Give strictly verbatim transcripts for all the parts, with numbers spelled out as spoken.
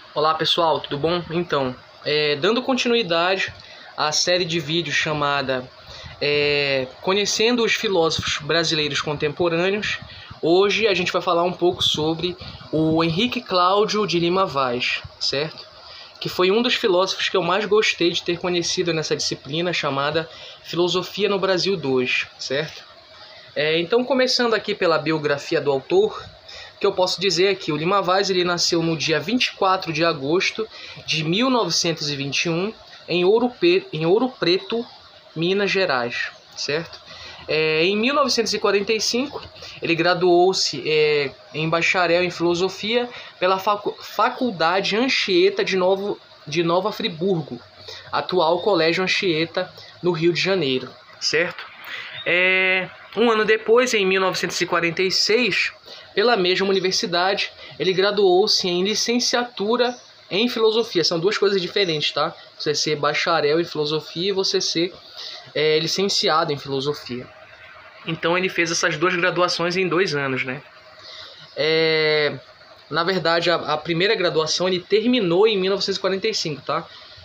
Olá pessoal, tudo bom? Então, é, dando continuidade à série de vídeos chamada é, Conhecendo os Filósofos Brasileiros Contemporâneos, hoje a gente vai falar um pouco sobre o Henrique Cláudio de Lima Vaz, certo? Que foi um dos filósofos que eu mais gostei de ter conhecido nessa disciplina chamada Filosofia no Brasil dois, certo? É, então, começando aqui pela biografia do autor, o que eu posso dizer é que o Lima Vaz ele nasceu no dia vinte e quatro de agosto de mil novecentos e vinte e um em Ouro, Pe- em Ouro Preto, Minas Gerais, certo? É, em mil novecentos e quarenta e cinco, ele graduou-se é, em bacharel em filosofia pela Facu- Faculdade Anchieta de, Novo, de Nova Friburgo, atual Colégio Anchieta, no Rio de Janeiro, certo? É, um ano depois, em mil novecentos e quarenta e seis, pela mesma universidade, ele graduou-se em licenciatura em filosofia. São duas coisas diferentes, tá? Você ser bacharel em filosofia e você ser é, licenciado em filosofia. Então ele fez essas duas graduações em dois anos, né? É, na verdade, a, a primeira graduação ele terminou em mil novecentos e quarenta e cinco, tá?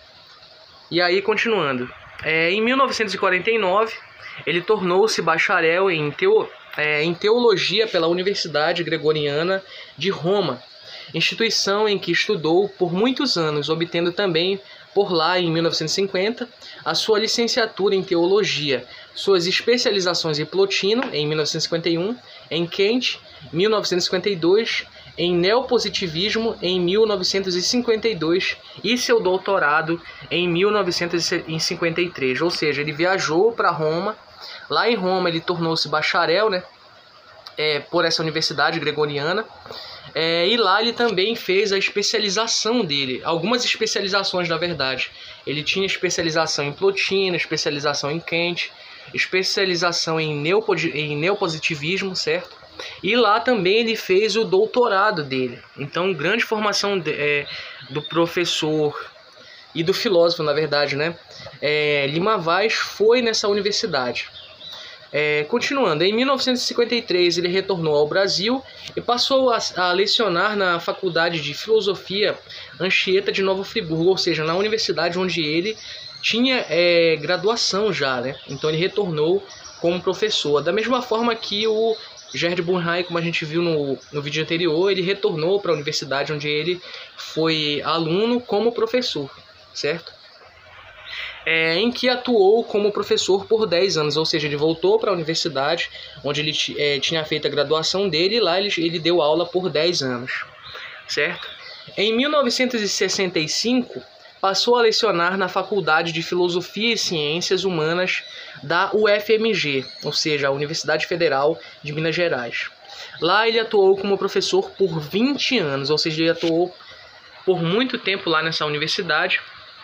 E aí, continuando. É, em mil novecentos e quarenta e nove, ele tornou-se bacharel em, teo, é, em teologia pela Universidade Gregoriana de Roma, instituição em que estudou por muitos anos, obtendo também, por lá em mil novecentos e cinquenta, a sua licenciatura em teologia, suas especializações em Plotino, em mil novecentos e cinquenta e um, em Kant, mil novecentos e cinquenta e dois, em neopositivismo em mil novecentos e cinquenta e dois e seu doutorado em mil novecentos e cinquenta e três. Ou seja, ele viajou para Roma. Lá em Roma ele tornou-se bacharel, né, é, por essa universidade gregoriana. É, e lá ele também fez a especialização dele, algumas especializações na verdade. Ele tinha especialização em Plotino, especialização em Kant, especialização em, neopo, em neopositivismo, certo? E lá também ele fez o doutorado dele. Então, grande formação de, é, do professor e do filósofo, na verdade, né? É, Lima Vaz foi nessa universidade. É, continuando, em mil novecentos e cinquenta e três ele retornou ao Brasil e passou a, a lecionar na Faculdade de Filosofia Anchieta de Nova Friburgo, ou seja, na universidade onde ele tinha é, graduação já, né? Então ele retornou como professor. Da mesma forma que o Gerd Burnheim, como a gente viu no, no vídeo anterior, ele retornou para a universidade onde ele foi aluno como professor, certo? É, em que atuou como professor por dez anos, ou seja, ele voltou para a universidade onde ele é, tinha feito a graduação dele e lá ele, ele deu aula por dez anos, certo? Em mil novecentos e sessenta e cinco, passou a lecionar na Faculdade de Filosofia e Ciências Humanas da U F M G, ou seja, a Universidade Federal de Minas Gerais. Lá ele atuou como professor por vinte anos, ou seja, ele atuou por muito tempo lá nessa universidade,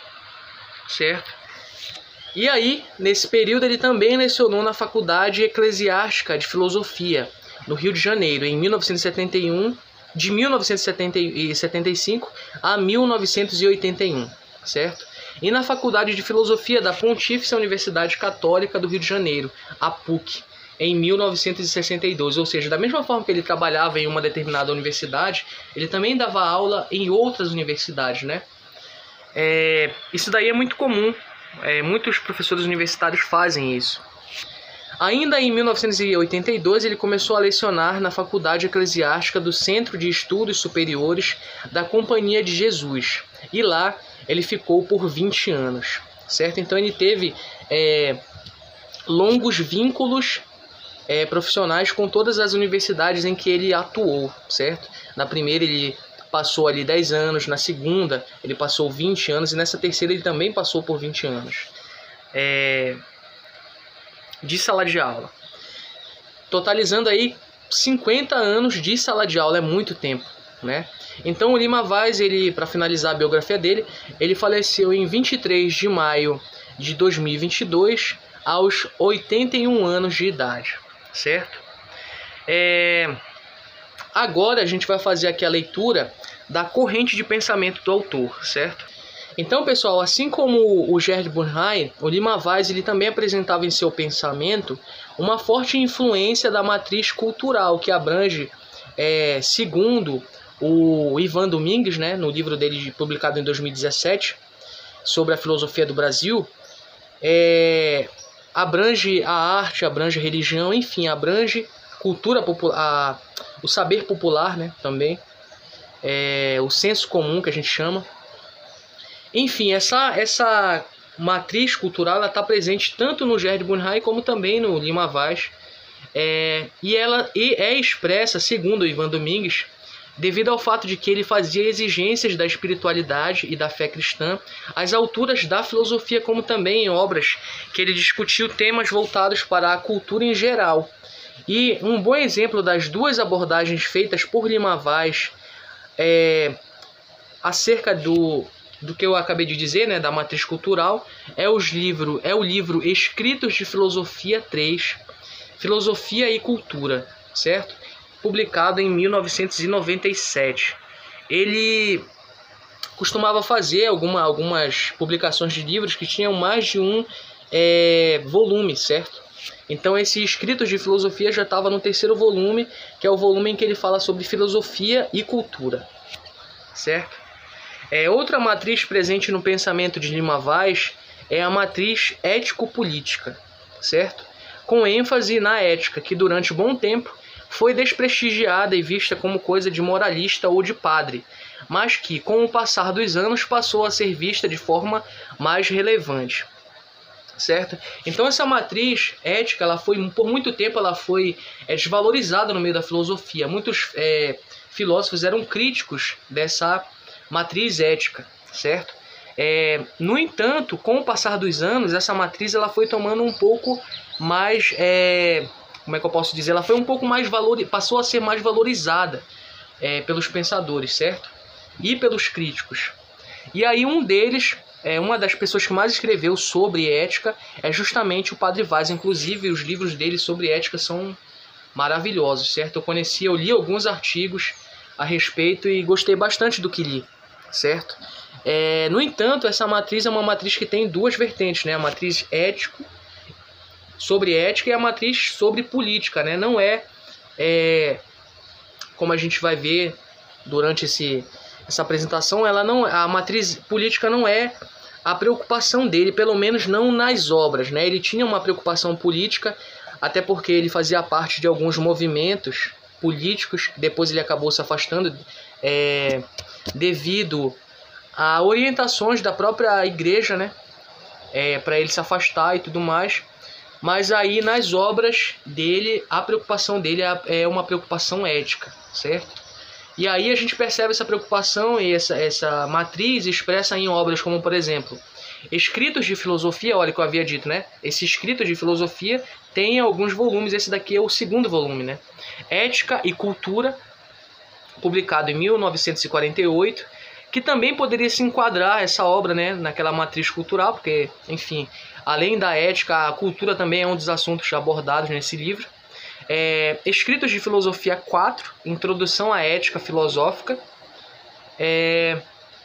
certo? E aí, nesse período, ele também lecionou na Faculdade Eclesiástica de Filosofia, no Rio de Janeiro, em mil novecentos e setenta e um, de mil novecentos e setenta e cinco a mil novecentos e oitenta e um, certo? E na Faculdade de Filosofia da Pontífice Universidade Católica do Rio de Janeiro, a P U C, em mil novecentos e sessenta e dois. Ou seja, da mesma forma que ele trabalhava em uma determinada universidade, ele também dava aula em outras universidades, né? É, isso daí é muito comum. É, muitos professores universitários fazem isso. Ainda em mil novecentos e oitenta e dois, ele começou a lecionar na Faculdade Eclesiástica do Centro de Estudos Superiores da Companhia de Jesus. E lá ele ficou por vinte anos, certo? Então ele teve é, longos vínculos é, profissionais com todas as universidades em que ele atuou, certo? Na primeira ele passou ali dez anos, na segunda ele passou vinte anos e nessa terceira ele também passou por vinte anos é, de sala de aula. Totalizando aí cinquenta anos de sala de aula, é muito tempo, né? Então o Lima Vaz, ele, para finalizar a biografia dele, ele faleceu em vinte e três de maio de dois mil e vinte e dois, aos oitenta e um anos de idade, certo? É... Agora a gente vai fazer aqui a leitura da corrente de pensamento do autor, certo? Então, pessoal, assim como o Gerd Burnheim, o Lima Vaz ele também apresentava em seu pensamento uma forte influência da matriz cultural que abrange, é, segundo o Ivan Domingues, né, no livro dele publicado em dois mil e dezessete, sobre a filosofia do Brasil, é, abrange a arte, abrange a religião, enfim, abrange cultura popular, o saber popular, né, também, é, o senso comum que a gente chama. Enfim, essa, essa matriz cultural está presente tanto no Gerd Bunhai como também no Lima Vaz, é, e ela é expressa, segundo o Ivan Domingues, devido ao fato de que ele fazia exigências da espiritualidade e da fé cristã às alturas da filosofia, como também em obras que ele discutiu temas voltados para a cultura em geral. E um bom exemplo das duas abordagens feitas por Lima Vaz é, acerca do, do que eu acabei de dizer, né, da matriz cultural, é, os livro, é o livro Escritos de Filosofia três, Filosofia e Cultura, certo? Publicado em mil novecentos e noventa e sete. Ele costumava fazer alguma, algumas publicações de livros que tinham mais de um é, volume, certo? Então esse Escritos de Filosofia já estava no terceiro volume, que é o volume em que ele fala sobre filosofia e cultura, certo? É, outra matriz presente no pensamento de Lima Vaz é a matriz ético-política, certo? Com ênfase na ética, que durante um bom tempo foi desprestigiada e vista como coisa de moralista ou de padre, mas que, com o passar dos anos, passou a ser vista de forma mais relevante, certo? Então essa matriz ética, ela foi, por muito tempo, ela foi é, desvalorizada no meio da filosofia. Muitos é, filósofos eram críticos dessa matriz ética, certo? É, no entanto, com o passar dos anos, essa matriz ela foi tomando um pouco mais... É, como é que eu posso dizer? Ela foi um pouco mais valor, passou a ser mais valorizada é, pelos pensadores, certo? E pelos críticos. E aí um deles, é, uma das pessoas que mais escreveu sobre ética é justamente o Padre Vaz. Inclusive, os livros dele sobre ética são maravilhosos, certo? Eu conheci, eu li alguns artigos a respeito e gostei bastante do que li, certo? É, no entanto, essa matriz é uma matriz que tem duas vertentes, né? A matriz ético sobre ética e a matriz sobre política, né? Não é, é como a gente vai ver durante esse, essa apresentação, ela não, a matriz política não é a preocupação dele, pelo menos não nas obras, né? Ele tinha uma preocupação política, até porque ele fazia parte de alguns movimentos políticos, depois ele acabou se afastando é, devido a orientações da própria igreja, né? É, para ele se afastar e tudo mais. Mas aí nas obras dele, a preocupação dele é uma preocupação ética, certo? E aí a gente percebe essa preocupação e essa, essa matriz expressa em obras como, por exemplo, Escritos de Filosofia, olha que eu havia dito, né? Esse Escritos de Filosofia tem alguns volumes, esse daqui é o segundo volume, né? Ética e Cultura, publicado em mil novecentos e quarenta e oito, que também poderia se enquadrar essa obra, né, naquela matriz cultural, porque, enfim, além da ética, a cultura também é um dos assuntos abordados nesse livro. É, Escritos de Filosofia quatro, Introdução à Ética Filosófica. É,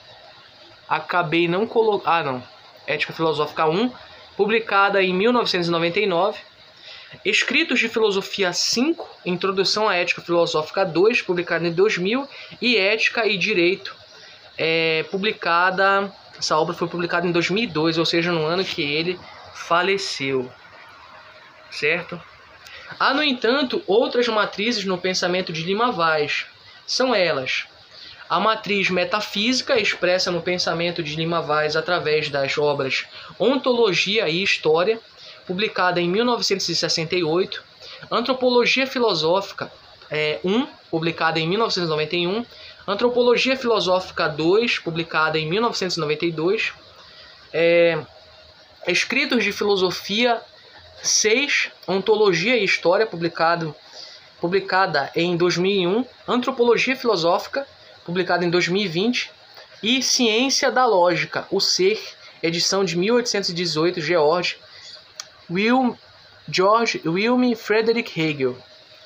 acabei não colocando... Ah, não. Ética Filosófica um, publicada em mil novecentos e noventa e nove. Escritos de Filosofia cinco, Introdução à Ética Filosófica dois, publicada em dois mil. E Ética e Direito, é, publicada... Essa obra foi publicada em dois mil e dois, ou seja, no ano que ele faleceu, certo? Há, no entanto, outras matrizes no pensamento de Lima Vaz. São elas: a matriz metafísica, expressa no pensamento de Lima Vaz através das obras Ontologia e História, publicada em mil novecentos e sessenta e oito. Antropologia Filosófica é, um, publicada em mil novecentos e noventa e um. Antropologia Filosófica dois, publicada em mil novecentos e noventa e dois. É, Escritos de Filosofia seis, Ontologia e História, publicado, publicada em dois mil e um. Antropologia Filosófica, publicada em dois mil e vinte. E Ciência da Lógica, o Ser, edição de mil oitocentos e dezoito, George Wilhelm, George Wilhelm Friedrich Hegel.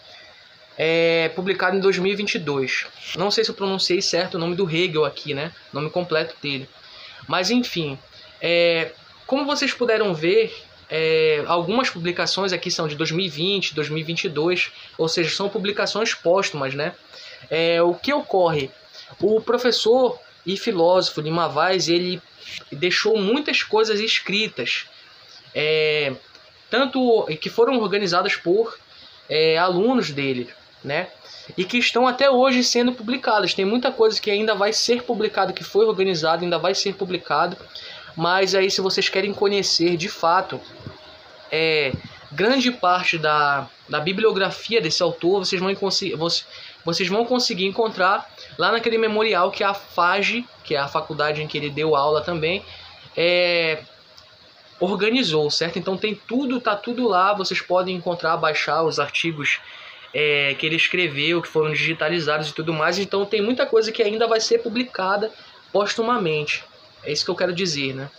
É, publicado em dois mil e vinte e dois. Não sei se eu pronunciei certo o nome do Hegel aqui, né? O nome completo dele. Mas enfim, é, como vocês puderam ver, é, algumas publicações aqui são de dois mil e vinte, dois mil e vinte e dois, ou seja, são publicações póstumas, né? É, o que ocorre? O professor e filósofo Lima Vaz, ele deixou muitas coisas escritas, é, tanto que foram organizadas por é, alunos dele, né? E que estão até hoje sendo publicadas. Tem muita coisa que ainda vai ser publicado, que foi organizado, ainda vai ser publicado. Mas aí, se vocês querem conhecer de fato é, grande parte da, da bibliografia desse autor, vocês vão, vocês vão conseguir encontrar lá naquele memorial que a F A G, que é a faculdade em que ele deu aula também, é, organizou, certo? Então tem tudo, tá tudo lá, vocês podem encontrar, baixar os artigos é, que ele escreveu, que foram digitalizados e tudo mais. Então tem muita coisa que ainda vai ser publicada póstumamente. É isso que eu quero dizer, né?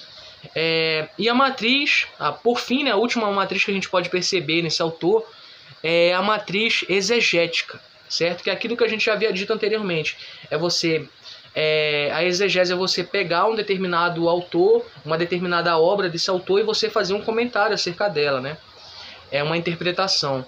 É, e a matriz, a, por fim, né, a última matriz que a gente pode perceber nesse autor é a matriz exegética, certo? Que é aquilo que a gente já havia dito anteriormente. É você, é, a exegese é você pegar um determinado autor, uma determinada obra desse autor e você fazer um comentário acerca dela, né? É uma interpretação.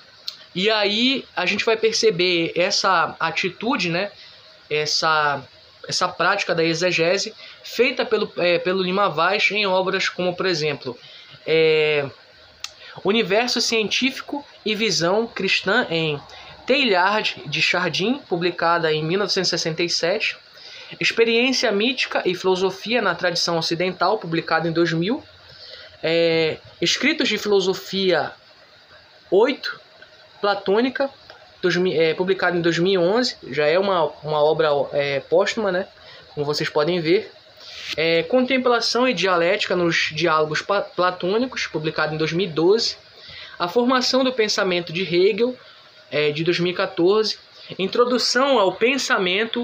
E aí a gente vai perceber essa atitude, né? Essa essa prática da exegese feita pelo, é, pelo Lima Vaz em obras como, por exemplo, é, Universo Científico e Visão Cristã em Teilhard de Chardin, publicada em mil novecentos e sessenta e sete, Experiência Mítica e Filosofia na Tradição Ocidental, publicada em dois mil, é, Escritos de Filosofia oito, Platônica, dois mil, é, publicado em dois mil e onze, já é uma, uma obra é, póstuma, né? Como vocês podem ver. É, Contemplação e Dialética nos Diálogos Platônicos, publicado em dois mil e doze. A Formação do Pensamento de Hegel, é, de dois mil e quatorze. Introdução ao Pensamento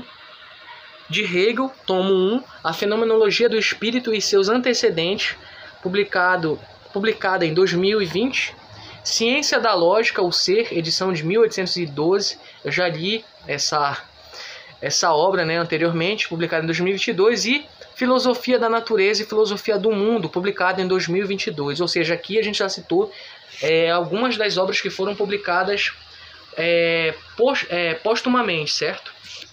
de Hegel, tomo um, A Fenomenologia do Espírito e seus Antecedentes, publicado, publicada em dois mil e vinte. Ciência da Lógica, o Ser, edição de mil oitocentos e doze. Eu já li essa, essa obra, né, anteriormente, publicada em dois mil e vinte e dois. E Filosofia da Natureza e Filosofia do Mundo, publicada em dois mil e vinte e dois. Ou seja, aqui a gente já citou é, algumas das obras que foram publicadas é, post, é, postumamente, certo?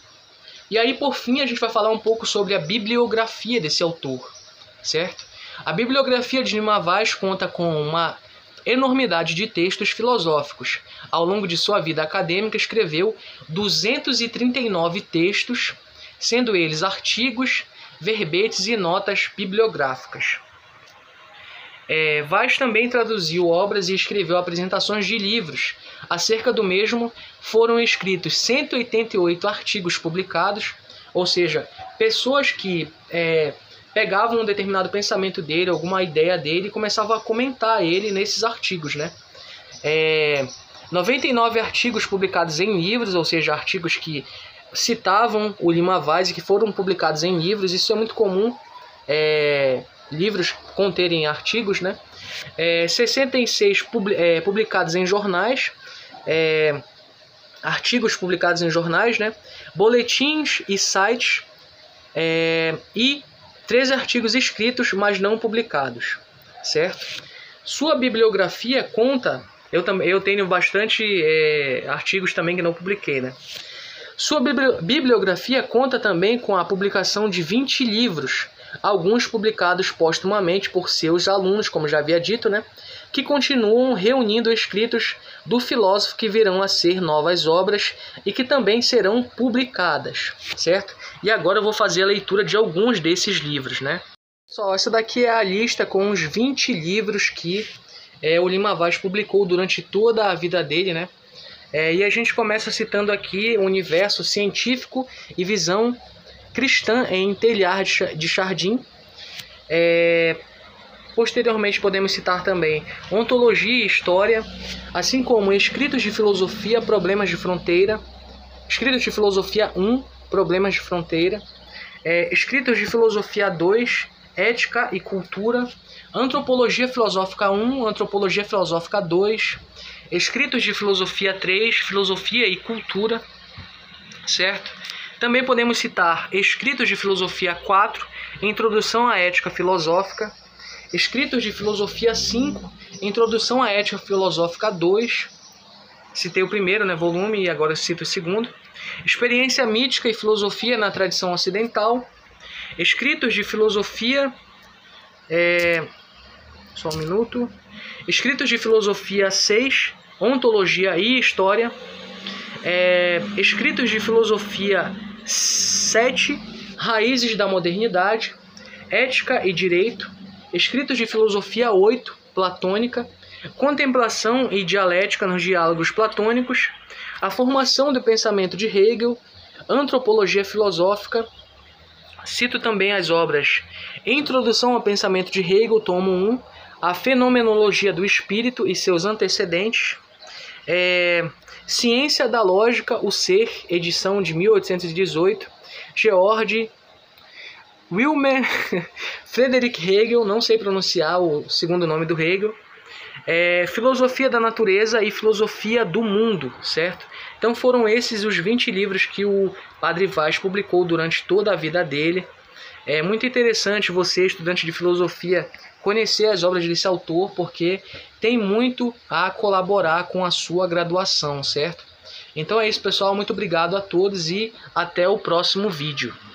E aí, por fim, a gente vai falar um pouco sobre a bibliografia desse autor, certo? A bibliografia de Lima Vaz conta com uma enormidade de textos filosóficos. Ao longo de sua vida acadêmica, escreveu duzentos e trinta e nove textos, sendo eles artigos, verbetes e notas bibliográficas. É, Vaz também traduziu obras e escreveu apresentações de livros. Acerca do mesmo, foram escritos cento e oitenta e oito artigos publicados, ou seja, pessoas que é, pegavam um determinado pensamento dele, alguma ideia dele, e começavam a comentar ele nesses artigos, né? É, noventa e nove artigos publicados em livros, ou seja, artigos que citavam o Lima Vaz e que foram publicados em livros. Isso é muito comum, é, livros conterem artigos, né? É, sessenta e seis publi é, publicados em jornais, é, artigos publicados em jornais, né? Boletins e sites, é, e treze artigos escritos, mas não publicados, certo? Sua bibliografia conta, eu, eu tenho bastante é, artigos também que não publiquei, né? Sua bibliografia conta também com a publicação de vinte livros, alguns publicados póstumamente por seus alunos, como já havia dito, né? Que continuam reunindo escritos do filósofo que virão a ser novas obras e que também serão publicadas, certo? E agora eu vou fazer a leitura de alguns desses livros, né? Só, essa daqui é a lista com os vinte livros que é, o Lima Vaz publicou durante toda a vida dele, né? É, e a gente começa citando aqui o Universo Científico e Visão Cristã em Teilhard de Chardin. É, posteriormente podemos citar também Ontologia e História, assim como Escritos de Filosofia, Problemas de Fronteira, Escritos de Filosofia um, Problemas de Fronteira, é, Escritos de Filosofia dois, Ética e Cultura, Antropologia Filosófica um, Antropologia Filosófica dois, Escritos de Filosofia três, Filosofia e Cultura, certo? Também podemos citar Escritos de Filosofia quatro, Introdução à Ética Filosófica, Escritos de Filosofia cinco, Introdução à Ética Filosófica dois, citei o primeiro, né, volume, e agora cito o segundo. Experiência Mítica e Filosofia na Tradição Ocidental. Escritos de Filosofia... É, só um minuto. Escritos de Filosofia seis, Ontologia e História. É, escritos de Filosofia sete, Raízes da Modernidade. Ética e Direito. Escritos de Filosofia oito, Platônica. Contemplação e Dialética nos Diálogos Platônicos. A Formação do Pensamento de Hegel. Antropologia Filosófica. Cito também as obras Introdução ao Pensamento de Hegel, tomo um, A Fenomenologia do Espírito e seus antecedentes, é, Ciência da Lógica, o Ser, edição de mil oitocentos e dezoito, George Wilhelm Friedrich Hegel, não sei pronunciar o segundo nome do Hegel, é, Filosofia da Natureza e Filosofia do Mundo, certo? Então foram esses os vinte livros que o Padre Vaz publicou durante toda a vida dele. É muito interessante você, estudante de filosofia, conhecer as obras desse autor, porque tem muito a colaborar com a sua graduação, certo? Então é isso, pessoal. Muito obrigado a todos e até o próximo vídeo.